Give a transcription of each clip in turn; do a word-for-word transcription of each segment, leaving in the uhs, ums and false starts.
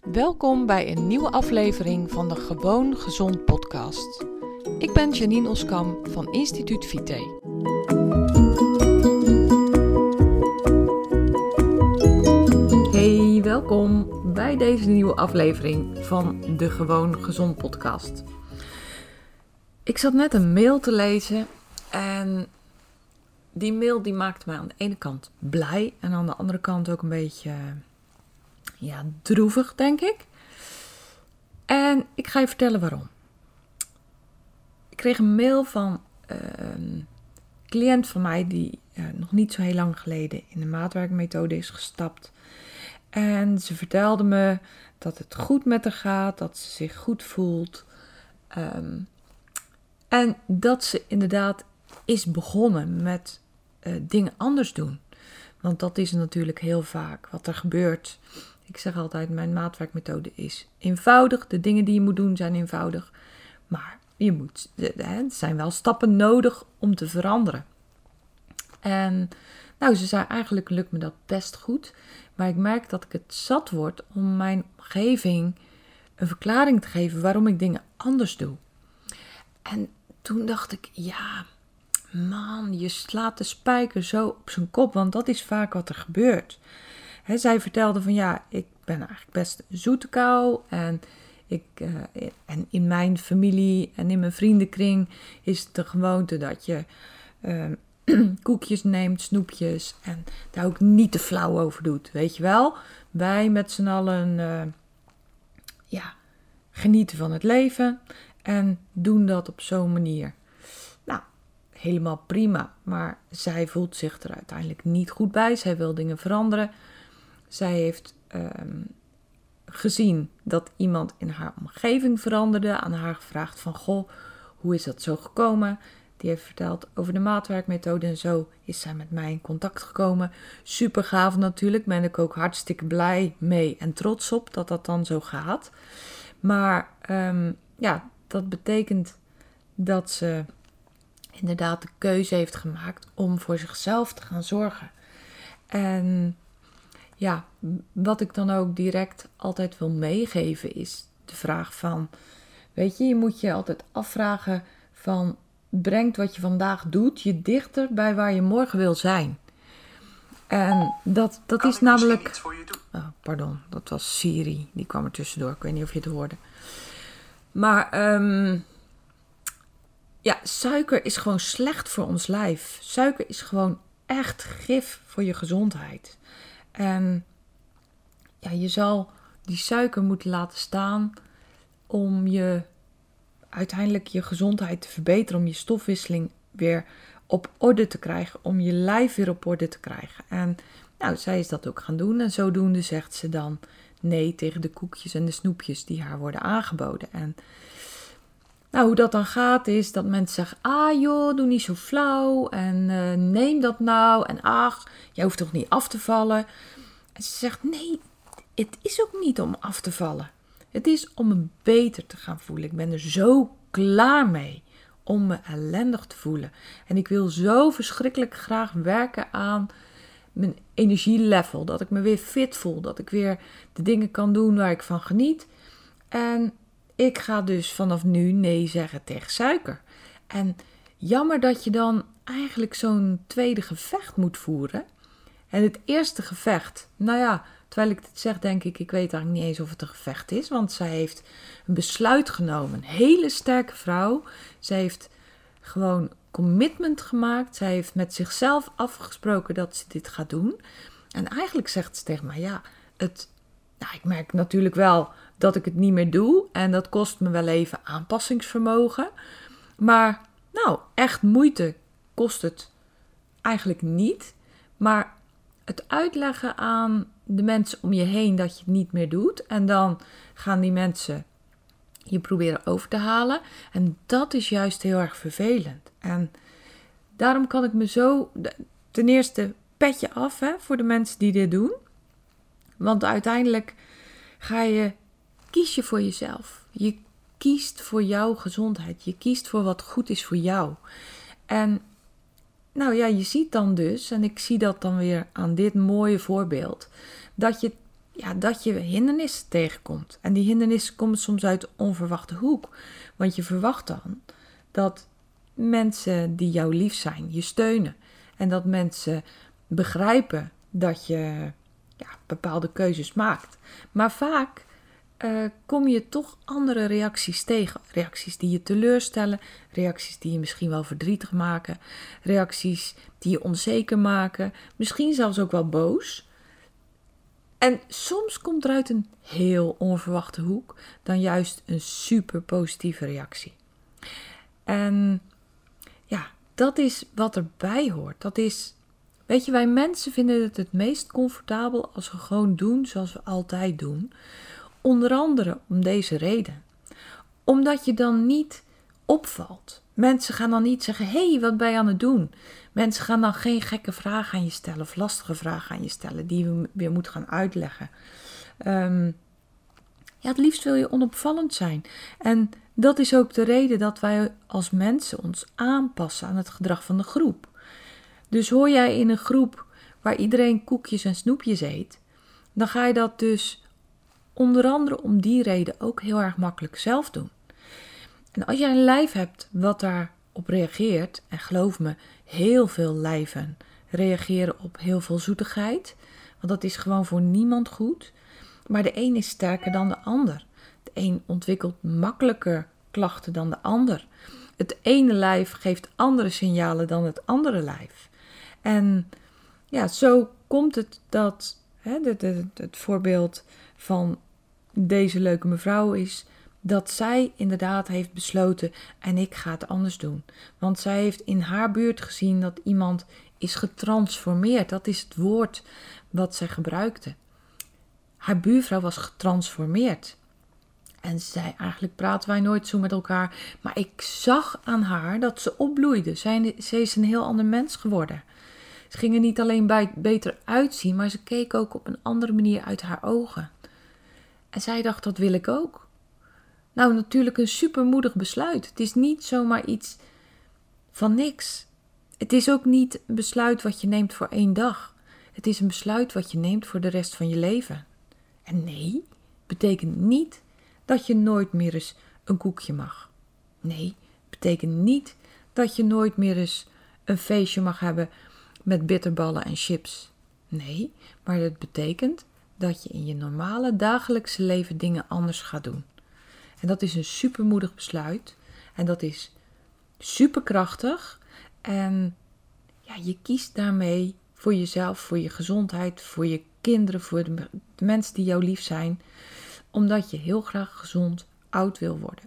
Welkom bij een nieuwe aflevering van de Gewoon Gezond podcast. Ik ben Janine Oskam van Instituut Vite. Hey, welkom bij deze nieuwe aflevering van de Gewoon Gezond podcast. Ik zat net een mail te lezen en die mail die maakte mij aan de ene kant blij en aan de andere kant ook een beetje ja, droevig, denk ik. En ik ga je vertellen waarom. Ik kreeg een mail van uh, een cliënt van mij die uh, nog niet zo heel lang geleden in de maatwerkmethode is gestapt. En ze vertelde me dat het goed met haar gaat, dat ze zich goed voelt. Um, en dat ze inderdaad is begonnen met uh, dingen anders doen. Want dat is natuurlijk heel vaak wat er gebeurt. Ik zeg altijd, mijn maatwerkmethode is eenvoudig. De dingen die je moet doen zijn eenvoudig. Maar je moet, er zijn wel stappen nodig om te veranderen. En nou, ze zei, eigenlijk lukt me dat best goed. Maar ik merk dat ik het zat word om mijn omgeving een verklaring te geven waarom ik dingen anders doe. En toen dacht ik, ja, man, je slaat de spijker zo op zijn kop. Want dat is vaak wat er gebeurt. He, zij vertelde van ja, ik ben eigenlijk best een zoete kou en, ik, uh, en in mijn familie en in mijn vriendenkring is het de gewoonte dat je uh, koekjes neemt, snoepjes en daar ook niet te flauw over doet, weet je wel. Wij met z'n allen uh, ja, genieten van het leven en doen dat op zo'n manier. Nou, helemaal prima, maar zij voelt zich er uiteindelijk niet goed bij, zij wil dingen veranderen. Zij heeft um, gezien dat iemand in haar omgeving veranderde. Aan haar gevraagd van, goh, hoe is dat zo gekomen? Die heeft verteld over de maatwerkmethode en zo is zij met mij in contact gekomen. Super gaaf natuurlijk, ben ik ook hartstikke blij mee en trots op dat dat dan zo gaat. Maar um, ja, dat betekent dat ze inderdaad de keuze heeft gemaakt om voor zichzelf te gaan zorgen. En ja, wat ik dan ook direct altijd wil meegeven is de vraag van, weet je, je moet je altijd afvragen van, brengt wat je vandaag doet je dichter bij waar je morgen wil zijn? En dat, dat is namelijk, iets voor je doen? Oh, pardon, dat was Siri, die kwam er tussendoor, ik weet niet of je het hoorde. Maar um, ja, suiker is gewoon slecht voor ons lijf. Suiker is gewoon echt gif voor je gezondheid. En ja, je zal die suiker moeten laten staan om je uiteindelijk je gezondheid te verbeteren, om je stofwisseling weer op orde te krijgen, om je lijf weer op orde te krijgen. En nou, zij is dat ook gaan doen en zodoende zegt ze dan nee tegen de koekjes en de snoepjes die haar worden aangeboden. En nou, hoe dat dan gaat is dat mensen zeggen, ah joh, doe niet zo flauw en uh, neem dat nou en ach, jij hoeft toch niet af te vallen. En ze zegt, nee, het is ook niet om af te vallen. Het is om me beter te gaan voelen. Ik ben er zo klaar mee om me ellendig te voelen. En ik wil zo verschrikkelijk graag werken aan mijn energielevel. Dat ik me weer fit voel, dat ik weer de dingen kan doen waar ik van geniet. En ik ga dus vanaf nu nee zeggen tegen suiker. En jammer dat je dan eigenlijk zo'n tweede gevecht moet voeren. En het eerste gevecht, nou ja, terwijl ik dit zeg denk ik, ik weet eigenlijk niet eens of het een gevecht is. Want zij heeft een besluit genomen. Een hele sterke vrouw. Zij heeft gewoon commitment gemaakt. Zij heeft met zichzelf afgesproken dat ze dit gaat doen. En eigenlijk zegt ze tegen mij, ja, het, nou, ik merk natuurlijk wel dat ik het niet meer doe. En dat kost me wel even aanpassingsvermogen. Maar nou, echt moeite kost het eigenlijk niet. Maar het uitleggen aan de mensen om je heen dat je het niet meer doet. En dan gaan die mensen je proberen over te halen. En dat is juist heel erg vervelend. En daarom kan ik me zo, ten eerste petje af hè, voor de mensen die dit doen. Want uiteindelijk ga je, kies je voor jezelf. Je kiest voor jouw gezondheid. Je kiest voor wat goed is voor jou. En nou ja, je ziet dan dus, en ik zie dat dan weer aan dit mooie voorbeeld, dat je ja, dat je hindernissen tegenkomt. En die hindernissen komen soms uit de onverwachte hoek. Want je verwacht dan dat mensen die jou lief zijn, je steunen. En dat mensen begrijpen dat je ja, bepaalde keuzes maakt. Maar vaak uh, kom je toch andere reacties tegen. Reacties die je teleurstellen, reacties die je misschien wel verdrietig maken, reacties die je onzeker maken, misschien zelfs ook wel boos. En soms komt er uit een heel onverwachte hoek dan juist een super positieve reactie. En ja, dat is wat erbij hoort. Dat is, weet je, wij mensen vinden het het meest comfortabel als we gewoon doen zoals we altijd doen. Onder andere om deze reden. Omdat je dan niet opvalt. Mensen gaan dan niet zeggen, hé, hey, wat ben je aan het doen? Mensen gaan dan geen gekke vragen aan je stellen of lastige vragen aan je stellen die je weer moet gaan uitleggen. Um, ja, het liefst wil je onopvallend zijn. En dat is ook de reden dat wij als mensen ons aanpassen aan het gedrag van de groep. Dus hoor jij in een groep waar iedereen koekjes en snoepjes eet, dan ga je dat dus onder andere om die reden ook heel erg makkelijk zelf doen. En als jij een lijf hebt wat daarop reageert, en geloof me, heel veel lijven reageren op heel veel zoetigheid, want dat is gewoon voor niemand goed. Maar de een is sterker dan de ander. De een ontwikkelt makkelijker klachten dan de ander. Het ene lijf geeft andere signalen dan het andere lijf. En ja, zo komt het dat hè, de, de, het voorbeeld van deze leuke mevrouw is dat zij inderdaad heeft besloten en ik ga het anders doen. Want zij heeft in haar buurt gezien dat iemand is getransformeerd. Dat is het woord wat zij gebruikte. Haar buurvrouw was getransformeerd. En ze zei, eigenlijk praten wij nooit zo met elkaar. Maar ik zag aan haar dat ze opbloeide. Zij, ze is een heel ander mens geworden. Ze ging er niet alleen bij beter uitzien, maar ze keek ook op een andere manier uit haar ogen. En zij dacht, dat wil ik ook. Nou, natuurlijk een supermoedig besluit. Het is niet zomaar iets van niks. Het is ook niet een besluit wat je neemt voor één dag. Het is een besluit wat je neemt voor de rest van je leven. En nee, betekent niet dat je nooit meer eens een koekje mag. Nee, betekent niet dat je nooit meer eens een feestje mag hebben met bitterballen en chips. Nee, maar het betekent dat je in je normale dagelijkse leven dingen anders gaat doen. En dat is een supermoedig besluit. En dat is superkrachtig. En ja, je kiest daarmee voor jezelf, voor je gezondheid, voor je kinderen, voor de, de mensen die jou lief zijn. Omdat je heel graag gezond oud wil worden.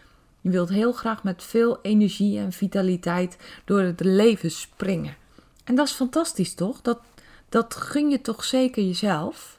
Je wilt heel graag met veel energie en vitaliteit door het leven springen. En dat is fantastisch, toch? Dat, dat gun je toch zeker jezelf?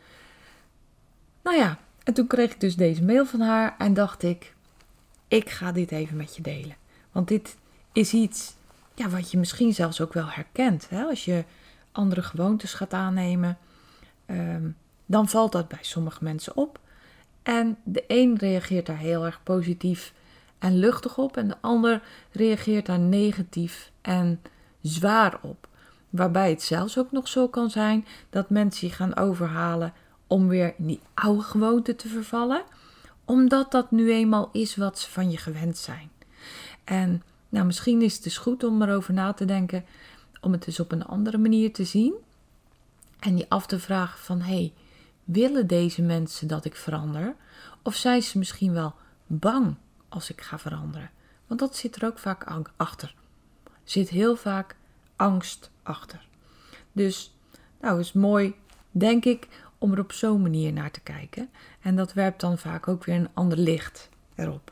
Nou ja, en toen kreeg ik dus deze mail van haar en dacht ik, ik ga dit even met je delen. Want dit is iets ja, wat je misschien zelfs ook wel herkent. Hè? Als je andere gewoontes gaat aannemen, um, dan valt dat bij sommige mensen op. En de een reageert daar heel erg positief en luchtig op en de ander reageert daar negatief en zwaar op. Waarbij het zelfs ook nog zo kan zijn dat mensen je gaan overhalen om weer in die oude gewoonte te vervallen, omdat dat nu eenmaal is wat ze van je gewend zijn. En nou, misschien is het dus goed om erover na te denken, om het dus op een andere manier te zien en je af te vragen van, hé, hey, willen deze mensen dat ik verander? Of zijn ze misschien wel bang als ik ga veranderen? Want dat zit er ook vaak achter. Er zit heel vaak angst achter. Dus, nou, is mooi, denk ik, om er op zo'n manier naar te kijken. En dat werpt dan vaak ook weer een ander licht erop.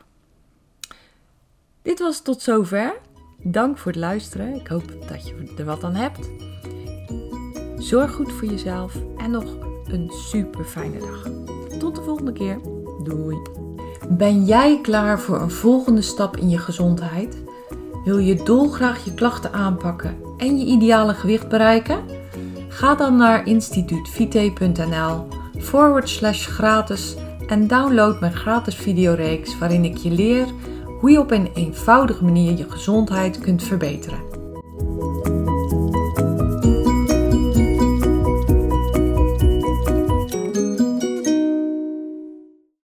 Dit was tot zover. Dank voor het luisteren. Ik hoop dat je er wat aan hebt. Zorg goed voor jezelf en nog een super fijne dag. Tot de volgende keer. Doei. Ben jij klaar voor een volgende stap in je gezondheid? Wil je dolgraag je klachten aanpakken en je ideale gewicht bereiken? Ga dan naar instituutvite.nl forward slash gratis en download mijn gratis videoreeks waarin ik je leer hoe je op een eenvoudige manier je gezondheid kunt verbeteren.